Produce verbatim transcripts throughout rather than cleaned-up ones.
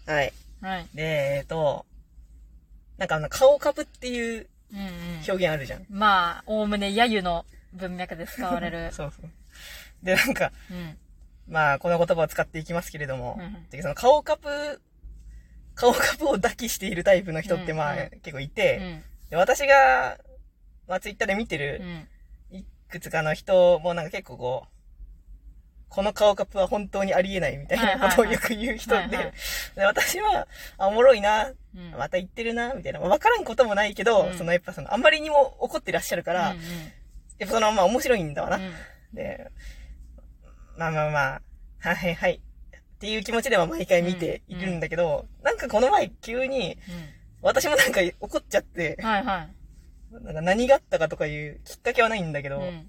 はい。 はい。 で、えっと、なんかあの、顔かぶっていううんうん。 表現あるじゃん。 まあ、おおむね揶揄の文脈で使われる。 そうそう。で、なんか、 うん。 まあ、この言葉を使っていきますけれども、 うんでその顔かぶ、顔かぶを抱きしているタイプの人ってまあ、 うんうん結構いて、 うん。 で私が、まあ、ツイッターで見てうる、 ん。 いくつかの人もなんか結構こう、この顔カップは本当にありえないみたいなことをよく言う人はいはいはいで、で私は、あ、おもろいな、 うん。 また言ってるな、みたいな。わからんこともないけど、 うんそのやっぱその、あんまりにも怒ってらっしゃるから、 うんうん。 やっぱその、まあ面白いんだわな。 うん。 で、まあまあまあ、はいはいはい。っていう気持ちでは毎回見ているんだけど、なんかこの前急に、 うん。 私もなんか怒っちゃって、 はいはい。 なんか何があったかとかいうきっかけはないんだけど、 うん。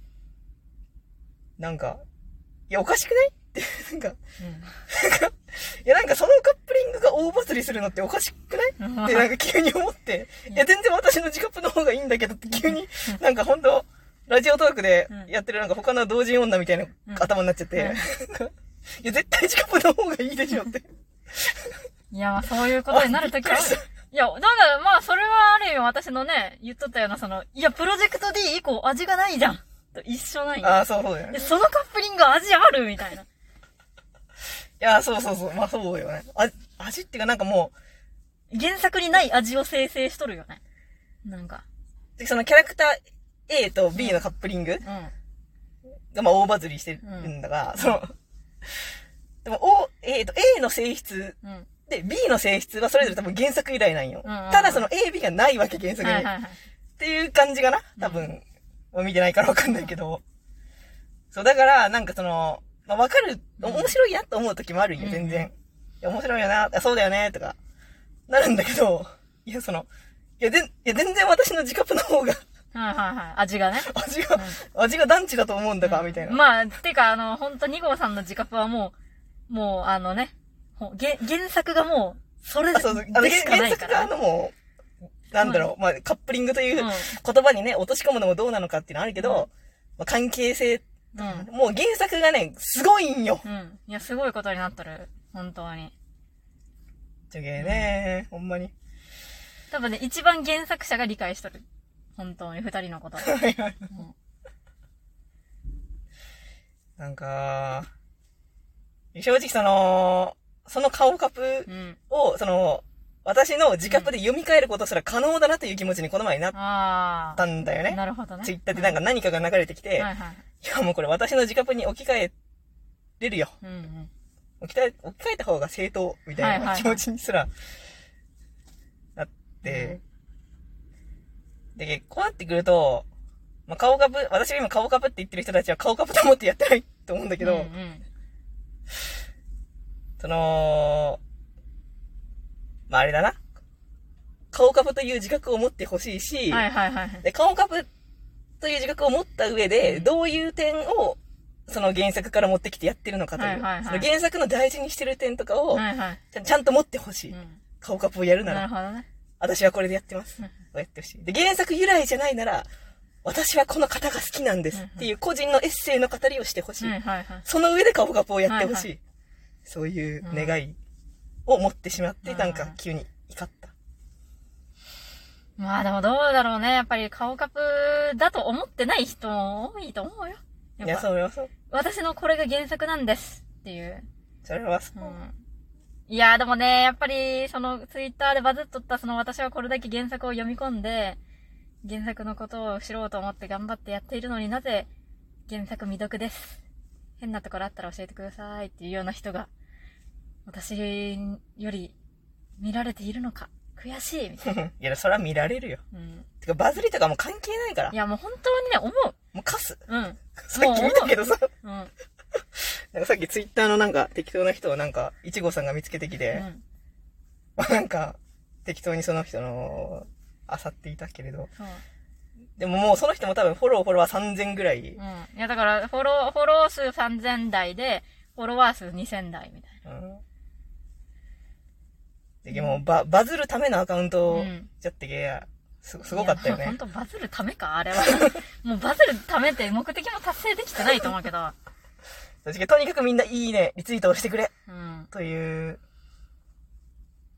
なんか、いや、おかしくないって、なんか、 うん。 いや、なんかそのカップリングが大バズりするのっておかしくないってなんか急に思って、いや、全然私の自カップの方がいいんだけどって急に、なんかほんと、ラジオトークでやってるなんか他の同人女みたいな頭になっちゃって、いや、絶対自カップの方がいいでしょって。 いや、まあそういうことになるときは、いや、だからまあそれはある意味私のね、言っとったようなその、いや、プロジェクト D 以降味がないじゃん。と一緒なんよ。 ああ、そうそうだよね。 そのカップリング味あるみたいな。 いや、そうそうそう。まあそうよね。あ、味っていうかなんかもう、原作にない味を生成しとるよね。なんか。 で、そのキャラクター A と B のカップリングうん。 がまあ大バズりしてるんだが、うん、その、でも O、えっと A の性質、うん、で B の性質はそれぞれ多分原作由来なんよ。うんうんうん、ただその A、B がないわけ原作に。はいはいはい、っていう感じかな多分。うん、見てないからわかんないけど。そう、だから、なんかその、まあ、わかる、面白いなと思う時もあるんよ、全然。いや、面白いよな、そうだよね、とか、なるんだけど、いや、その、いや、で、いや、全然私の自カップの方が、 はいはいはい。味がね。 味が、うん、味が団地だと思うんだか、うん、みたいな。 まあ、てか、あの、ほんとに号さんの自カップはもう、もう、あのね、原、原作がもう、それでしかないから、ね。あ、そうそう。 原作があのもう、なんだろう、まあ、カップリングという言葉にね、落とし込むのもどうなのかっていうのはあるけど、うん、まあ、関係性、うん、もう原作がね、すごいんよ。 うん。いや、すごいことになっとる。本当に。 ちょげーねー、うん、ほんまに。 多分ね、一番原作者が理解しとる。本当に、二人のこと。うん、 なんか、正直その、その顔カプを、うん、その、私の自カプで読み替えることすら可能だなという気持ちにこの前になったんだよね。 なるほどね。 ツイッターでなんか何かが流れてきて、はいはいはい、いやもうこれ私の自カプに置き換えれるよ。うんうん、置き換え、置き換えた方が正当みたいな気持ちにすらなって、はいはいはい、で、こうなってくると、まあ、顔カプ、私が今顔カプって言ってる人たちは顔カプと思ってやってないと思うんだけど、うんうん、その、まあ、あれだな。顔カプという自覚を持ってほしいし、はいはいはい、で顔カプという自覚を持った上で、うん、どういう点を、その原作から持ってきてやってるのかという、はいはいはい、その原作の大事にしてる点とかを、はいはい、ち, ゃちゃんと持ってほしい、うん。顔カプをやるなら、なるほどね、私はこれでやってます。うん、やってほしい。で、原作由来じゃないなら、私はこの方が好きなんですっていう個人のエッセイの語りをしてほしい、はいはいはい。その上で顔カプをやってほしい、はいはい。そういう願いを持ってしまって、うん、なんか急に怒った。 まあでもどうだろうね。やっぱり顔カプだと思ってない人も多いと思うよ。 いや、それはそう。 私のこれが原作なんですっていう。 それはそう。うん、 いや、でもね、やっぱりそのツイッターでバズっとったその私はこれだけ原作を読み込んで、原作のことを知ろうと思って頑張ってやっているのになぜ原作未読です。変なところあったら教えてくださいっていうような人が私より見られているのか。悔しいみたいな。いや、それは見られるよ。うん。てか、バズりとかもう関係ないから。 いや、もう本当にね、思う。 もうカス。 うん。 さっき見たけどさ。うん。なんかさっきツイッターのなんか適当な人をなんか、いちごさんが見つけてきて、うん、なんか、適当にその人の、漁っていたけれど。うん。でももうその人も多分フォローフォロワーさんぜんぐらい。うん。 いや、だから、フォロー、フォロー数さんぜん台で、フォロワー数にせん台みたいな。うん。 でもバ、バズるためのアカウントじゃってけ、す、すごかったよね。 ほんとバズるためかあれは。もうバズるためって目的も達成できてないと思うけど。 とにかくみんないいね、リツイートをしてくれ。うん。という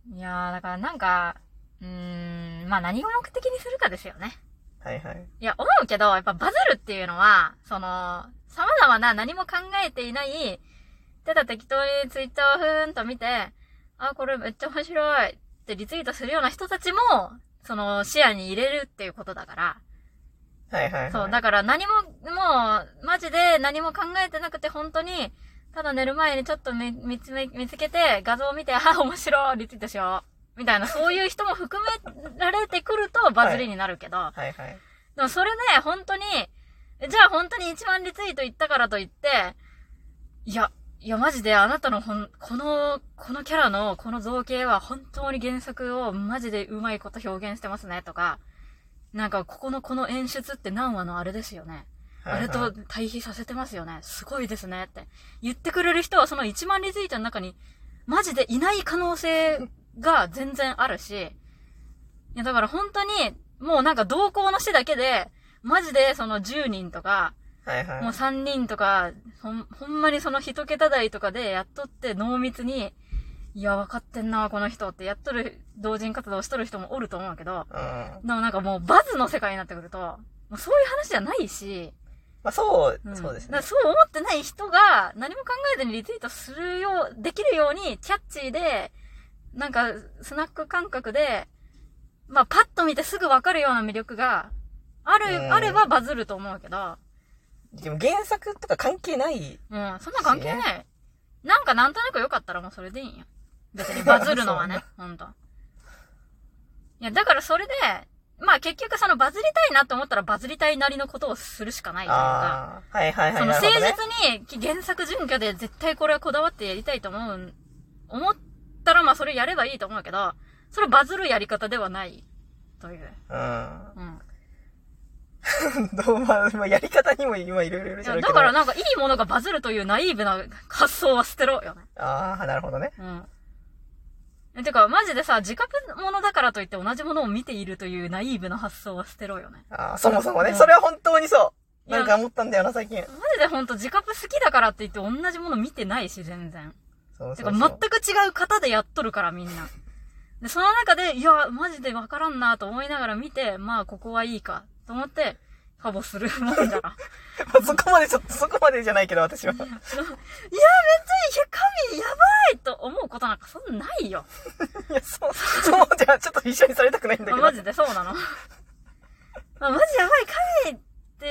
いやー、だからなんか、うーん、まあ何を目的にするかですよね。 はいはい。 いや、思うけど、やっぱバズるっていうのは、その、様々な何も考えていない、ただ適当にツイッターをふーんと見て、あ、これめっちゃ面白いってリツイートするような人たちも、その視野に入れるっていうことだから。 はいはいはい。 そう、だから何も、もう、マジで何も考えてなくて本当に、ただ寝る前にちょっと見、見つめ、見つけて画像を見て、あ、面白い、リツイートしよう。みたいな、そういう人も含められてくるとバズりになるけど。はい、はい、はい。でもそれね、本当に、じゃあ本当にいちまんリツイートいったからといって、いや、いやマジであなたのほん、この、このキャラのこの造形は本当に原作をマジでうまいこと表現してますねとか、なんかここのこの演出って何話のあれですよね。あれと対比させてますよね。すごいですねって言ってくれる人はそのいちまんリツイートの中にマジでいない可能性が全然あるし、いやだから本当にもうなんか同行の死だけでマジでそのじゅうにんとか、はいはい、もうさんにんとかほん、ほんまにその一桁台とかでやっとって濃密に、いや分かってんなこの人ってやっとる同人活動しとる人もおると思うけど、うん、でもなんかもうバズの世界になってくると、もうそういう話じゃないし、 まあそう、うん、そうですね。 だからそう思ってない人が何も考えずにリツイートするよう、できるようにキャッチーで、なんかスナック感覚で、まあパッと見てすぐわかるような魅力がある、あればバズると思うけど。 でも原作とか関係ない。 うん、そんな関係ない。なんかなんとなく良かったらもうそれでいいんよ。別にバズるのはね、ほんと。いや、だからそれで、まあ結局そのバズりたいなと思ったらバズりたいなりのことをするしかないというか。 はいはいはい。 その誠実に原作準拠で絶対これはこだわってやりたいと思う、思ったらまあそれやればいいと思うけど、それバズるやり方ではないという。うん。うん。 どうまあ、やり方にも今いろいろいるじゃん。 だからなんかいいものがバズるというナイーブな発想は捨てろよね。 ああ、なるほどね。うん。 え、てか、マジでさ、自覚ものだからといって同じものを見ているというナイーブな発想は捨てろよね。 ああ、そもそもね、うん。それは本当にそう。なんか思ったんだよな、最近。マジで本当自覚好きだからって言って同じもの見てないし、全然。そうそうそう。てか、全く違う型でやっとるから、みんな。で、その中で、いや、マジでわからんなと思いながら見て、まあ、ここはいいか、と思って、ファボするもんだから。 そこまでちょっと、そこまでじゃないけど、私は。いや、めっちゃいい、神やばいと思うことなんかそんなないよ。 いや、そう、そうじゃ、ちょっと一緒にされたくないんだけど。 マジでそうなの。まあ、マジやばい神って、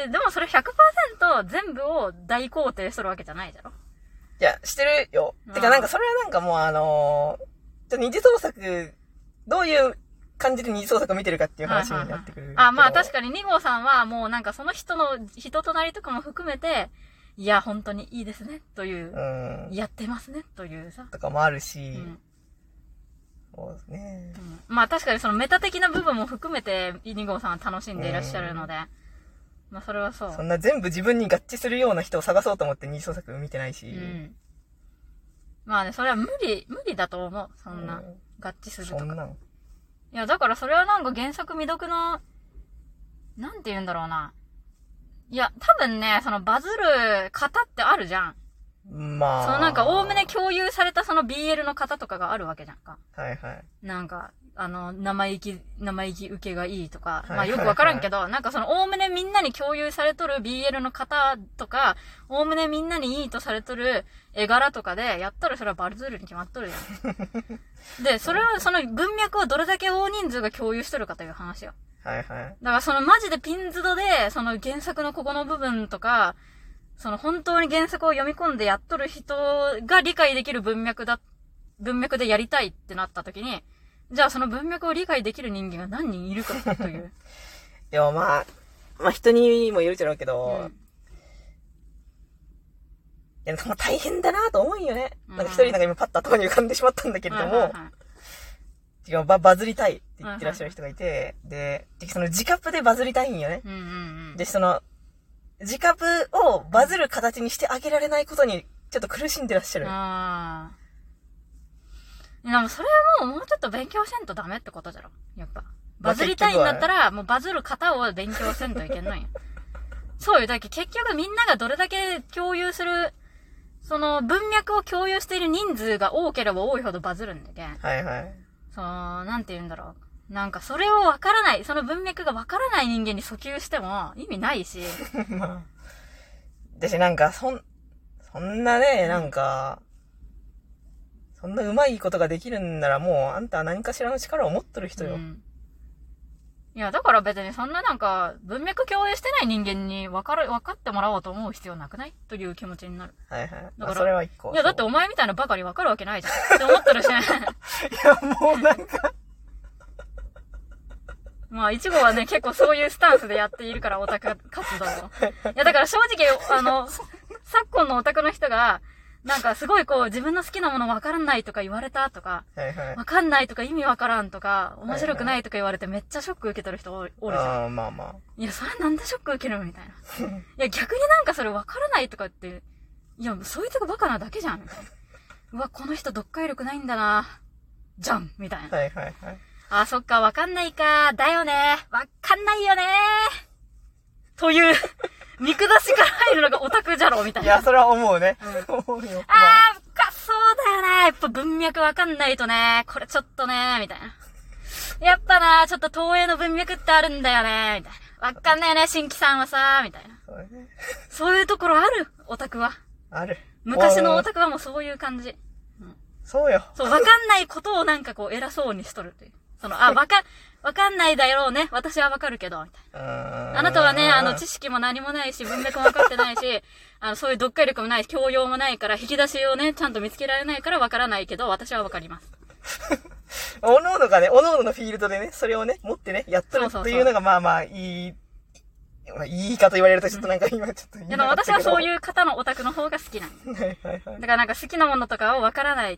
でもそれ ひゃくパーセント 全部を大肯定しとるわけじゃないじゃろ。 いや、してるよ。てかなんかそれはなんかもうあのー、ちょ二次創作、どういう感じで二次創作を見てるかっていう話になってくる。はいはいはい、 あ、まあ確かにに号さんはもうなんかその人の人となりとかも含めて、いや、本当にいいですね、という。うん。やってますね、というさ。 とかもあるし。うん、そうですね、 うん。まあ確かにそのメタ的な部分も含めてに号さんは楽しんでいらっしゃるので。まあそれはそう。 そんな全部自分に合致するような人を探そうと思って二次創作見てないし。うん。 まあね、それは無理、無理だと思う。そんな。合致するとか。そんなん。いや、だからそれはなんか原作未読の、なんて言うんだろうな。いや、多分ね、そのバズる型ってあるじゃん。まあ。そのなんか、おおむね共有されたその ビーエル の型とかがあるわけじゃんか。 はいはい。 なんか、あの、生意気、生意気受けがいいとか、まあよくわからんけど、なんかその、おおむねみんなに共有されとる ビーエル の型とか、おおむねみんなにいいとされとる絵柄とかで、やったらそれはバズるに決まっとるじゃん。で、それはその文脈をどれだけ大人数が共有しとるかという話よ。はいはい。だからそのマジでピンズドで、その原作のここの部分とか、その本当に原作を読み込んでやっとる人が理解できる文脈だ、文脈でやりたいってなった時に、じゃあその文脈を理解できる人間が何人いるかという。 いや、まあ、まあ人にもいるじゃろうけど、うん、いや、まあ大変だなと思うよね。うん、なんか一人なんか今パッと頭に浮かんでしまったんだけれども、はいはいはい、違う、バ、バズりたいって言ってらっしゃる人がいて、はいはい、で、その自カプでバズりたいんよね。うんうんうん、で、その、自カプをバズる形にしてあげられないことにちょっと苦しんでらっしゃる。ああ。 でもそれはもうもうちょっと勉強せんとダメってことじゃろ。やっぱ。バズりたいんだったら、もうバズる型を勉強せんといけないよ。そうよ。だけど結局みんながどれだけ共有する、その文脈を共有している人数が多ければ多いほどバズるんだけん。はいはい。 そう、なんて言うんだろう。なんかそれをわからない、その文脈がわからない人間に訴求しても意味ないし。 まあ。私なんか、そん、そんなね、なんか、そんな上手いことができるんならもう、あんたは何かしらの力を持っとる人よ。うん、 いや、だから別にそんななんか、文脈共有してない人間に分かる、分かってもらおうと思う必要なくないという気持ちになる。 はいはい。 だから、 それは一個。 いや、だってお前みたいなバカに分かるわけないじゃん。って思ってるし。いや、もうなんか。 まあ、いちごはね、結構そういうスタンスでやっているから、オタク活動を。いや、だから正直、あの、昨今のオタクの人が、なんかすごいこう、自分の好きなもの分からないとか言われたとか、 はいはい、 分かんないとか意味分からんとか、面白くないとか言われてめっちゃショック受け取る人おるじゃん。 ああ、まあまあ。 いや、それなんでショック受けるみたいな。いや、逆になんかそれ分からないとかって、いや、そいつがバカなだけじゃん、みたいな。うわ、この人読解力ないんだな。じゃん、みたいな。 はいはいはい。 あ、そっか、分かんないか。だよね。分かんないよね。という、見下しから入るのがオタクじゃろ、みたいな。 いや、それは思うね。 うん、思うよ。あー、か、そうだよね。やっぱ文脈分かんないとね。これちょっとね、みたいな。やっぱな、ちょっと東映の文脈ってあるんだよね、みたいな。分かんないよね、新規さんはさ、みたいな。そうね。そういうところある、オタクは。 ある。 昔のオタクはもうそういう感じ。 うん、そうよ。 そう、分かんないことをなんかこう偉そうにしとるという。その、あ、わか、わかんないだろうね。私はわかるけど、みたいな。あなたはね、あの、知識も何もないし、文脈も分かってないし、あの、そういう読解力もないし、教養もないから、引き出しをね、ちゃんと見つけられないからわからないけど、私はわかります。 おのおのがね、おのおののフィールドでね、それをね、持ってね、やっとるっていうのが、まあまあ、いい、まあ、いいかと言われるとちょっとなんか今ちょっと言いなかったけど。 でも私はそういう方のオタクの方が好きなんだ。はいはいはい。だからなんか好きなものとかをわからない